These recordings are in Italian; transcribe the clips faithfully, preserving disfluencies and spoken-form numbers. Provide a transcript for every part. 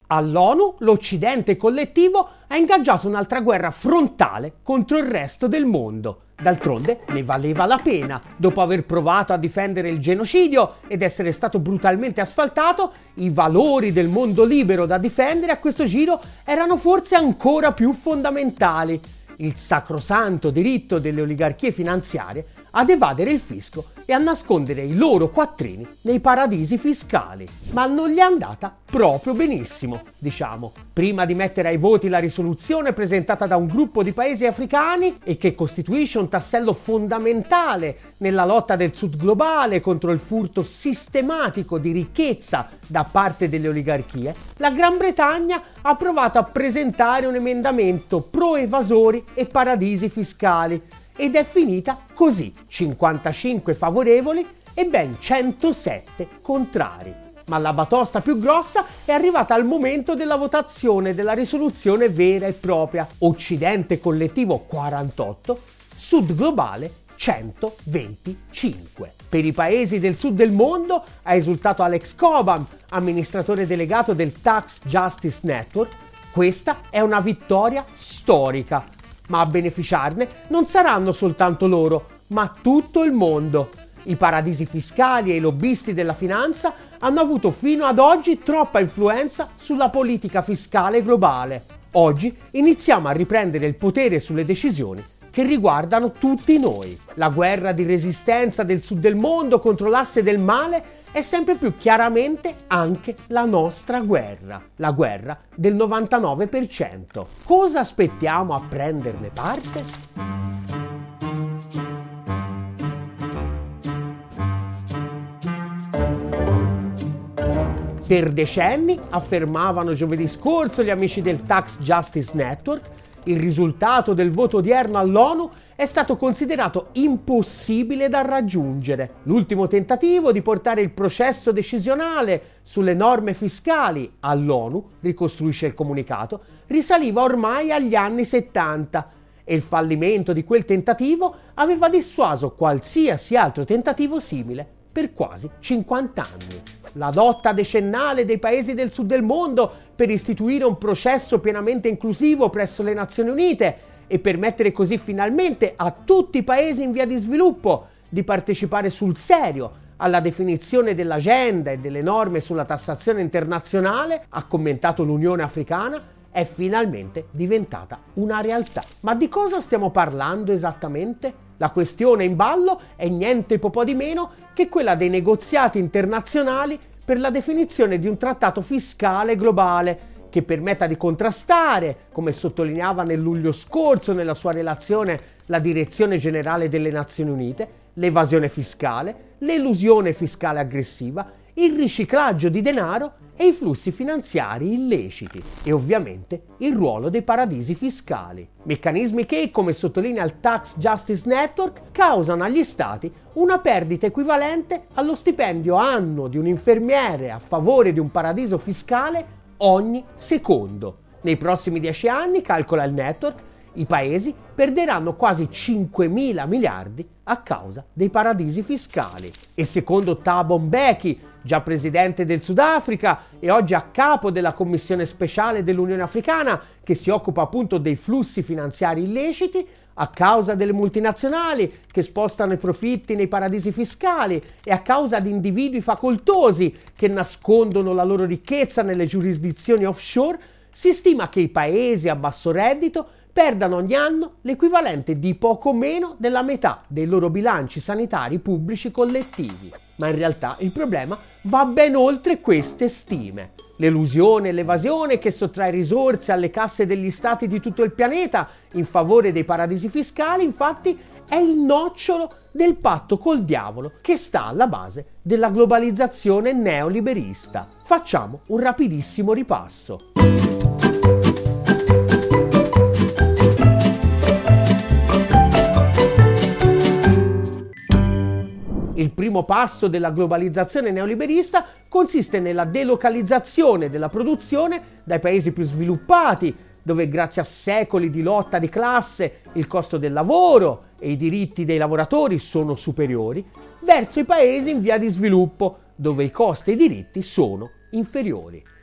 All'ONU l'Occidente collettivo ha ingaggiato un'altra guerra frontale contro il resto del mondo. D'altronde ne valeva la pena. Dopo aver provato a difendere il genocidio ed essere stato brutalmente asfaltato, i valori del mondo libero da difendere a questo giro erano forse ancora più fondamentali. Il sacrosanto diritto delle oligarchie finanziarie ad evadere il fisco e a nascondere i loro quattrini nei paradisi fiscali. Ma non gli è andata proprio benissimo, diciamo. Prima di mettere ai voti la risoluzione presentata da un gruppo di paesi africani e che costituisce un tassello fondamentale nella lotta del Sud globale contro il furto sistematico di ricchezza da parte delle oligarchie, la Gran Bretagna ha provato a presentare un emendamento pro evasori e paradisi fiscali, ed è finita così: cinquantacinque favorevoli e ben centosette contrari. Ma la batosta più grossa è arrivata al momento della votazione della risoluzione vera e propria: Occidente collettivo quarantotto, Sud globale centoventicinque. Per i paesi del sud del mondo ha esultato Alex Cobham, amministratore delegato del Tax Justice Network. Questa è una vittoria storica. Ma a beneficiarne non saranno soltanto loro, ma tutto il mondo. I paradisi fiscali e i lobbisti della finanza hanno avuto fino ad oggi troppa influenza sulla politica fiscale globale. Oggi iniziamo a riprendere il potere sulle decisioni che riguardano tutti noi. La guerra di resistenza del sud del mondo contro l'asse del male è sempre più chiaramente anche la nostra guerra, la guerra del novantanove per cento. Cosa aspettiamo a prenderne parte? Per decenni, affermavano giovedì scorso gli amici del Tax Justice Network, il risultato del voto odierno all'ONU è stato considerato impossibile da raggiungere. L'ultimo tentativo di portare il processo decisionale sulle norme fiscali all'ONU, ricostruisce il comunicato, risaliva ormai agli anni settanta e il fallimento di quel tentativo aveva dissuaso qualsiasi altro tentativo simile per quasi cinquanta anni. La lotta decennale dei paesi del sud del mondo per istituire un processo pienamente inclusivo presso le Nazioni Unite e permettere così finalmente a tutti i paesi in via di sviluppo di partecipare sul serio alla definizione dell'agenda e delle norme sulla tassazione internazionale, ha commentato l'Unione Africana, è finalmente diventata una realtà. Ma di cosa stiamo parlando esattamente? La questione in ballo è niente po' di meno che quella dei negoziati internazionali per la definizione di un trattato fiscale globale che permetta di contrastare, come sottolineava nel luglio scorso nella sua relazione la Direzione Generale delle Nazioni Unite, l'evasione fiscale, l'elusione fiscale aggressiva, il riciclaggio di denaro e i flussi finanziari illeciti e ovviamente il ruolo dei paradisi fiscali. Meccanismi che, come sottolinea il Tax Justice Network, causano agli stati una perdita equivalente allo stipendio annuo di un infermiere a favore di un paradiso fiscale ogni secondo. Nei prossimi dieci anni, calcola il network, i paesi perderanno quasi cinquemila miliardi a causa dei paradisi fiscali. E secondo Thabo Mbeki, già presidente del Sudafrica e oggi a capo della Commissione speciale dell'Unione Africana che si occupa appunto dei flussi finanziari illeciti, a causa delle multinazionali che spostano i profitti nei paradisi fiscali e a causa di individui facoltosi che nascondono la loro ricchezza nelle giurisdizioni offshore, si stima che i paesi a basso reddito perdano ogni anno l'equivalente di poco meno della metà dei loro bilanci sanitari pubblici collettivi. Ma in realtà il problema va ben oltre queste stime. L'elusione e l'evasione che sottrae risorse alle casse degli stati di tutto il pianeta in favore dei paradisi fiscali, infatti, è il nocciolo del patto col diavolo che sta alla base della globalizzazione neoliberista. Facciamo un rapidissimo ripasso. Il primo passo della globalizzazione neoliberista consiste nella delocalizzazione della produzione dai paesi più sviluppati, dove grazie a secoli di lotta di classe il costo del lavoro e i diritti dei lavoratori sono superiori, verso i paesi in via di sviluppo, dove i costi e i diritti sono inferiori.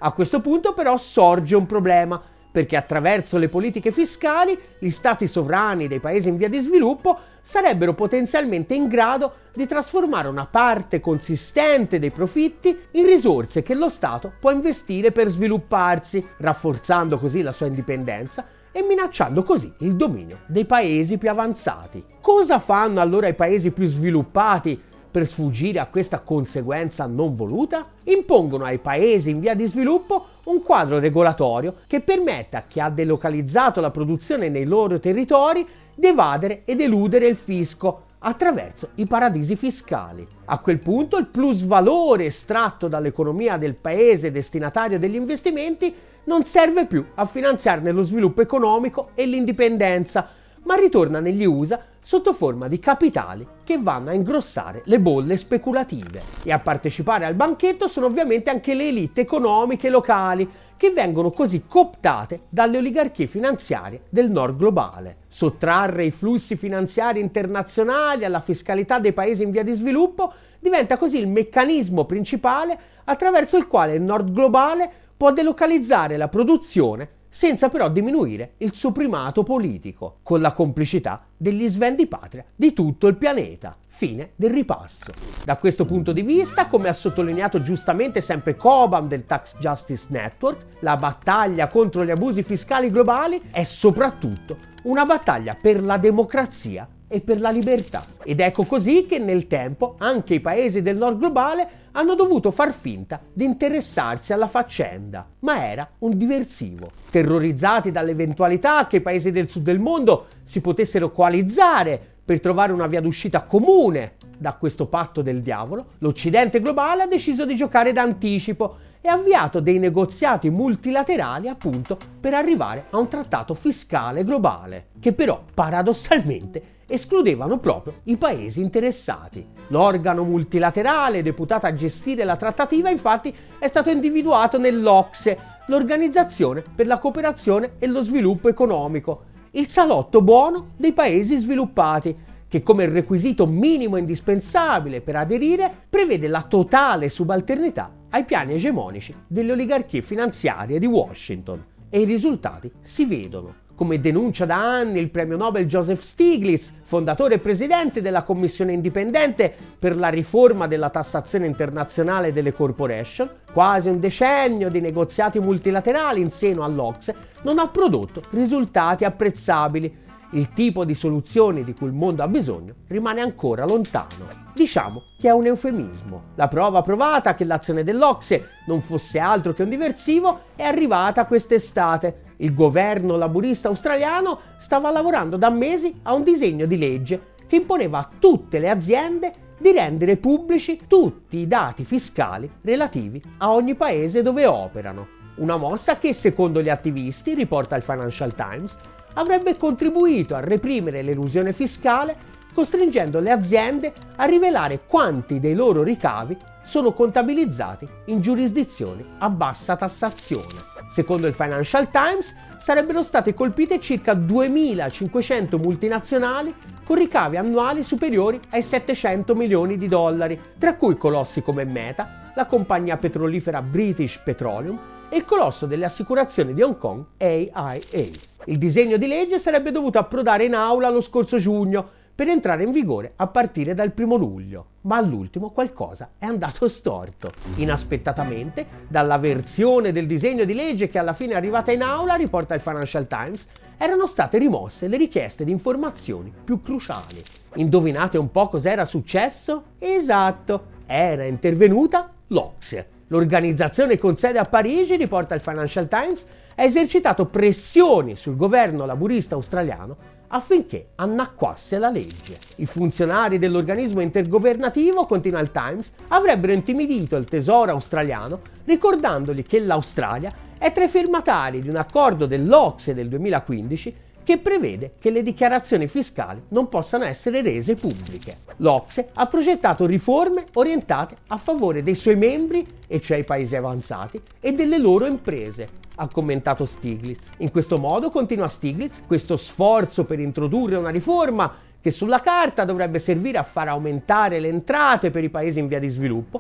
A questo punto però sorge un problema, perché attraverso le politiche fiscali gli stati sovrani dei paesi in via di sviluppo sarebbero potenzialmente in grado di trasformare una parte consistente dei profitti in risorse che lo Stato può investire per svilupparsi, rafforzando così la sua indipendenza e minacciando così il dominio dei paesi più avanzati. Cosa fanno allora i paesi più sviluppati per sfuggire a questa conseguenza non voluta? Impongono ai paesi in via di sviluppo un quadro regolatorio che permetta a chi ha delocalizzato la produzione nei loro territori di evadere ed eludere il fisco attraverso i paradisi fiscali. A quel punto il plusvalore estratto dall'economia del paese destinatario degli investimenti non serve più a finanziarne lo sviluppo economico e l'indipendenza, ma ritorna negli U S A sotto forma di capitali che vanno a ingrossare le bolle speculative. E a partecipare al banchetto sono ovviamente anche le elite economiche locali, che vengono così cooptate dalle oligarchie finanziarie del nord globale. Sottrarre i flussi finanziari internazionali alla fiscalità dei paesi in via di sviluppo diventa così il meccanismo principale attraverso il quale il nord globale può delocalizzare la produzione senza però diminuire il suo primato politico, con la complicità degli svendipatria di tutto il pianeta. Fine del ripasso. Da questo punto di vista, come ha sottolineato giustamente sempre Cobham del Tax Justice Network, la battaglia contro gli abusi fiscali globali è soprattutto una battaglia per la democrazia e per la libertà. Ed ecco così che nel tempo anche i paesi del nord globale hanno dovuto far finta di interessarsi alla faccenda, ma era un diversivo. Terrorizzati dall'eventualità che i paesi del sud del mondo si potessero coalizzare per trovare una via d'uscita comune da questo patto del diavolo, l'Occidente globale ha deciso di giocare d'anticipo e ha avviato dei negoziati multilaterali appunto per arrivare a un trattato fiscale globale, che però paradossalmente escludevano proprio i paesi interessati. L'organo multilaterale deputato a gestire la trattativa infatti è stato individuato nell'OCSE, l'Organizzazione per la cooperazione e lo sviluppo economico, il salotto buono dei paesi sviluppati, che come requisito minimo indispensabile per aderire prevede la totale subalternità ai piani egemonici delle oligarchie finanziarie di Washington. E i risultati si vedono. Come denuncia da anni il premio Nobel Joseph Stiglitz, fondatore e presidente della Commissione indipendente per la riforma della tassazione internazionale delle corporation, quasi un decennio di negoziati multilaterali in seno all'OCSE non ha prodotto risultati apprezzabili. Il tipo di soluzioni di cui il mondo ha bisogno rimane ancora lontano. Diciamo che è un eufemismo. La prova provata che l'azione dell'OCSE non fosse altro che un diversivo è arrivata quest'estate. Il governo laburista australiano stava lavorando da mesi a un disegno di legge che imponeva a tutte le aziende di rendere pubblici tutti i dati fiscali relativi a ogni paese dove operano. Una mossa che, secondo gli attivisti, riporta il Financial Times, avrebbe contribuito a reprimere l'elusione fiscale, costringendo le aziende a rivelare quanti dei loro ricavi sono contabilizzati in giurisdizioni a bassa tassazione. Secondo il Financial Times, sarebbero state colpite circa duemilacinquecento multinazionali con ricavi annuali superiori ai settecento milioni di dollari, tra cui colossi come Meta, la compagnia petrolifera British Petroleum e il colosso delle assicurazioni di Hong Kong A I A. Il disegno di legge sarebbe dovuto approdare in aula lo scorso giugno per entrare in vigore a partire dal primo luglio, ma all'ultimo qualcosa è andato storto. Inaspettatamente, dalla versione del disegno di legge che alla fine è arrivata in aula, riporta il Financial Times, erano state rimosse le richieste di informazioni più cruciali. Indovinate un po' cos'era successo? Esatto, era intervenuta l'OCSE. L'organizzazione con sede a Parigi, riporta il Financial Times, ha esercitato pressioni sul governo laburista australiano affinché annacquasse la legge. I funzionari dell'organismo intergovernativo, continua il Times, avrebbero intimidito il tesoro australiano ricordandogli che l'Australia è tra i firmatari di un accordo dell'OCSE del duemilaquindici che prevede che le dichiarazioni fiscali non possano essere rese pubbliche. L'OCSE ha progettato riforme orientate a favore dei suoi membri, e cioè i paesi avanzati, e delle loro imprese, ha commentato Stiglitz. In questo modo, continua Stiglitz, questo sforzo per introdurre una riforma che sulla carta dovrebbe servire a far aumentare le entrate per i paesi in via di sviluppo,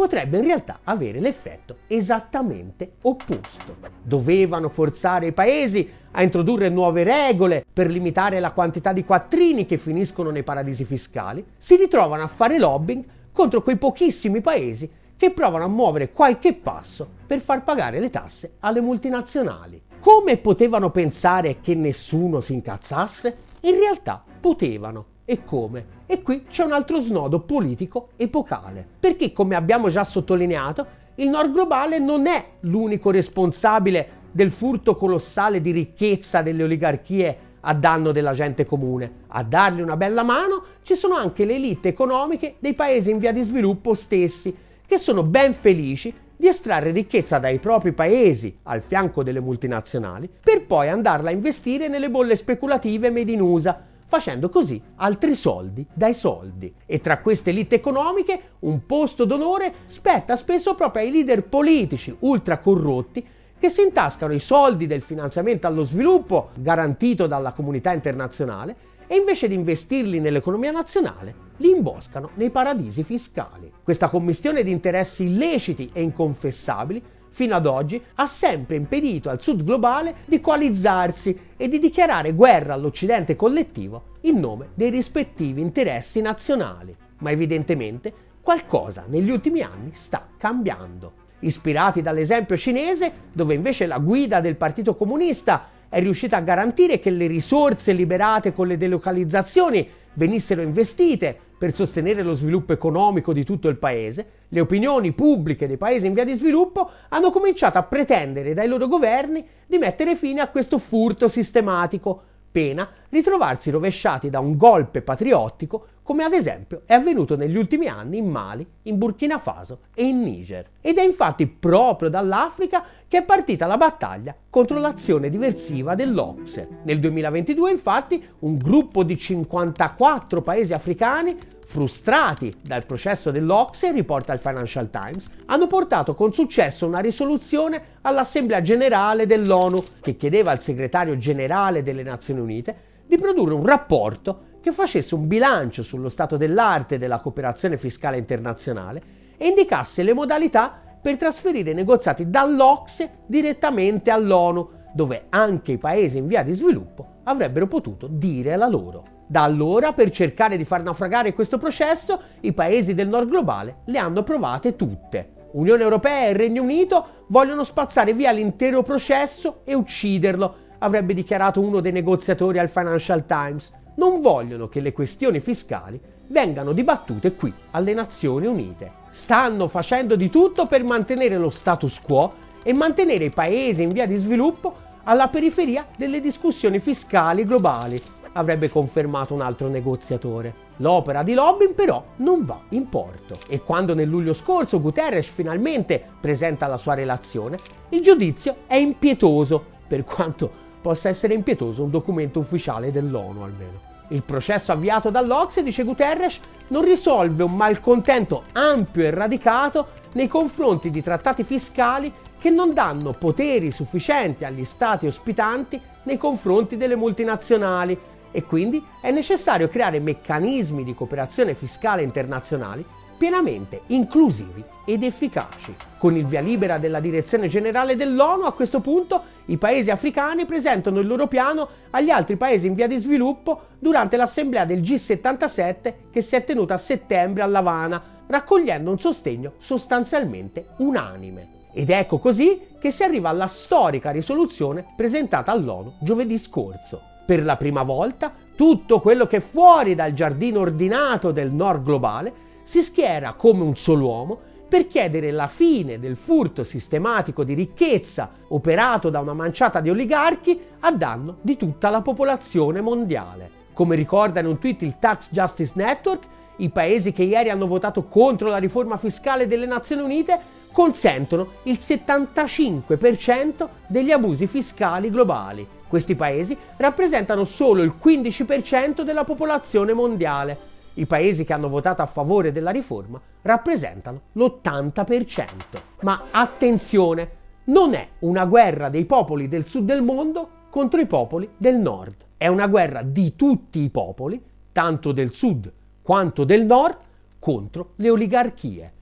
potrebbe in realtà avere l'effetto esattamente opposto. Dovevano forzare i paesi a introdurre nuove regole per limitare la quantità di quattrini che finiscono nei paradisi fiscali, si ritrovano a fare lobbying contro quei pochissimi paesi che provano a muovere qualche passo per far pagare le tasse alle multinazionali. Come potevano pensare che nessuno si incazzasse? In realtà potevano. E come? E qui c'è un altro snodo politico epocale, perché come abbiamo già sottolineato, il nord globale non è l'unico responsabile del furto colossale di ricchezza delle oligarchie a danno della gente comune. A dargli una bella mano ci sono anche le elite economiche dei paesi in via di sviluppo stessi, che sono ben felici di estrarre ricchezza dai propri paesi al fianco delle multinazionali per poi andarla a investire nelle bolle speculative made in U S A, facendo così altri soldi dai soldi. E tra queste elite economiche un posto d'onore spetta spesso proprio ai leader politici ultra corrotti che si intascano i soldi del finanziamento allo sviluppo garantito dalla comunità internazionale e invece di investirli nell'economia nazionale li imboscano nei paradisi fiscali. Questa commistione di interessi illeciti e inconfessabili fino ad oggi ha sempre impedito al Sud globale di coalizzarsi e di dichiarare guerra all'Occidente collettivo in nome dei rispettivi interessi nazionali. Ma evidentemente qualcosa negli ultimi anni sta cambiando. Ispirati dall'esempio cinese, dove invece la guida del Partito Comunista è riuscita a garantire che le risorse liberate con le delocalizzazioni venissero investite per sostenere lo sviluppo economico di tutto il paese, le opinioni pubbliche dei paesi in via di sviluppo hanno cominciato a pretendere dai loro governi di mettere fine a questo furto sistematico, pena ritrovarsi rovesciati da un golpe patriottico come ad esempio è avvenuto negli ultimi anni in Mali, in Burkina Faso e in Niger. Ed è infatti proprio dall'Africa che è partita la battaglia contro l'azione diversiva dell'Ocse. Nel duemilaventidue infatti un gruppo di cinquantaquattro paesi africani frustrati dal processo dell'Ocse, riporta il Financial Times, hanno portato con successo una risoluzione all'Assemblea Generale dell'ONU che chiedeva al segretario generale delle Nazioni Unite di produrre un rapporto che facesse un bilancio sullo stato dell'arte della cooperazione fiscale internazionale e indicasse le modalità per trasferire i negoziati dall'Ocse direttamente all'ONU, dove anche i paesi in via di sviluppo avrebbero potuto dire la loro. Da allora, per cercare di far naufragare questo processo, i paesi del nord globale le hanno provate tutte. Unione Europea e Regno Unito vogliono spazzare via l'intero processo e ucciderlo, avrebbe dichiarato uno dei negoziatori al Financial Times. Non vogliono che le questioni fiscali vengano dibattute qui, alle Nazioni Unite. Stanno facendo di tutto per mantenere lo status quo e mantenere i paesi in via di sviluppo alla periferia delle discussioni fiscali globali, avrebbe confermato un altro negoziatore. L'opera di lobbying però non va in porto e quando nel luglio scorso Guterres finalmente presenta la sua relazione, il giudizio è impietoso, per quanto possa essere impietoso un documento ufficiale dell'ONU almeno. Il processo avviato dall'Ocse, dice Guterres, non risolve un malcontento ampio e radicato nei confronti di trattati fiscali che non danno poteri sufficienti agli stati ospitanti nei confronti delle multinazionali e quindi è necessario creare meccanismi di cooperazione fiscale internazionali pienamente inclusivi ed efficaci. Con il via libera della Direzione Generale dell'ONU, a questo punto i paesi africani presentano il loro piano agli altri paesi in via di sviluppo durante l'assemblea del G settantasette che si è tenuta a settembre a L'Avana, raccogliendo un sostegno sostanzialmente unanime. Ed ecco così che si arriva alla storica risoluzione presentata all'ONU giovedì scorso. Per la prima volta, tutto quello che è fuori dal giardino ordinato del nord globale si schiera come un solo uomo per chiedere la fine del furto sistematico di ricchezza operato da una manciata di oligarchi a danno di tutta la popolazione mondiale. Come ricorda in un tweet il Tax Justice Network, i paesi che ieri hanno votato contro la riforma fiscale delle Nazioni Unite consentono il settantacinque per cento degli abusi fiscali globali. Questi paesi rappresentano solo il quindici per cento della popolazione mondiale. I paesi che hanno votato a favore della riforma rappresentano l'ottanta per cento. Ma attenzione, non è una guerra dei popoli del sud del mondo contro i popoli del nord. È una guerra di tutti i popoli, tanto del sud quanto del nord, contro le oligarchie.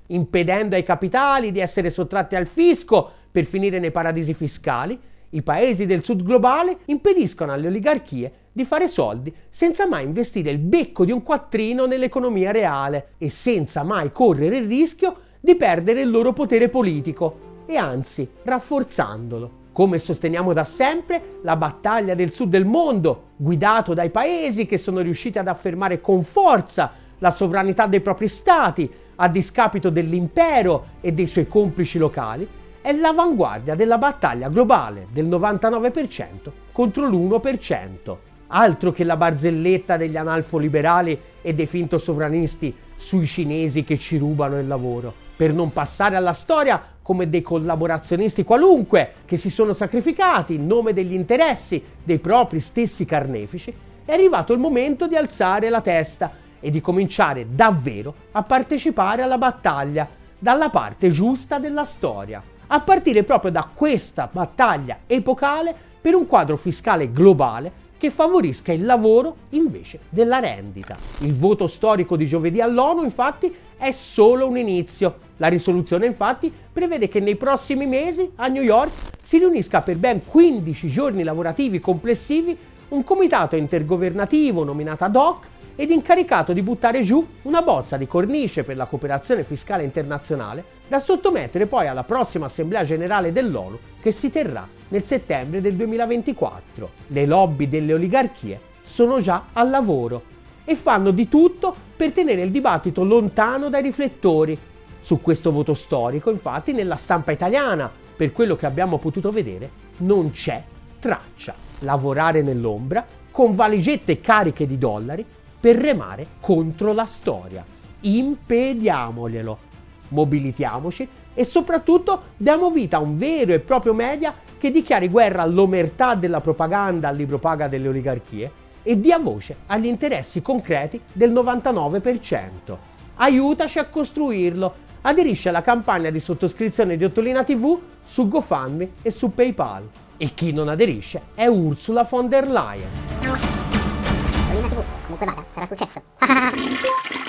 impedendo ai capitali di essere sottratti al fisco per finire nei paradisi fiscali, i paesi del sud globale impediscono alle oligarchie di fare soldi senza mai investire il becco di un quattrino nell'economia reale e senza mai correre il rischio di perdere il loro potere politico e anzi rafforzandolo. Come sosteniamo da sempre, la battaglia del sud del mondo, guidato dai paesi che sono riusciti ad affermare con forza la sovranità dei propri stati a discapito dell'impero e dei suoi complici locali, è l'avanguardia della battaglia globale del novantanove per cento contro l'uno per cento. Altro che la barzelletta degli analfo-liberali e dei finto sovranisti sui cinesi che ci rubano il lavoro, per non passare alla storia come dei collaborazionisti qualunque che si sono sacrificati in nome degli interessi dei propri stessi carnefici. È arrivato il momento di alzare la testa e di cominciare davvero a partecipare alla battaglia dalla parte giusta della storia, a partire proprio da questa battaglia epocale per un quadro fiscale globale che favorisca il lavoro invece della rendita. Il voto storico di giovedì all'ONU, infatti, è solo un inizio. La risoluzione, infatti, prevede che nei prossimi mesi a New York si riunisca per ben quindici giorni lavorativi complessivi un comitato intergovernativo nominato ad hoc ed incaricato di buttare giù una bozza di cornice per la cooperazione fiscale internazionale da sottomettere poi alla prossima Assemblea Generale dell'ONU che si terrà nel settembre del duemilaventiquattro. Le lobby delle oligarchie sono già al lavoro e fanno di tutto per tenere il dibattito lontano dai riflettori. Su questo voto storico, infatti, nella stampa italiana, per quello che abbiamo potuto vedere, non c'è traccia. Lavorare nell'ombra con valigette cariche di dollari per remare contro la storia. Impediamoglielo, mobilitiamoci e soprattutto diamo vita a un vero e proprio media che dichiari guerra all'omertà della propaganda al libro paga delle oligarchie e dia voce agli interessi concreti del novantanove per cento. Aiutaci a costruirlo. Aderisci alla campagna di sottoscrizione di Ottolina tivù su GoFundMe e su PayPal. E chi non aderisce è Ursula von der Leyen. Ottolina tivù, comunque vada, sarà successo.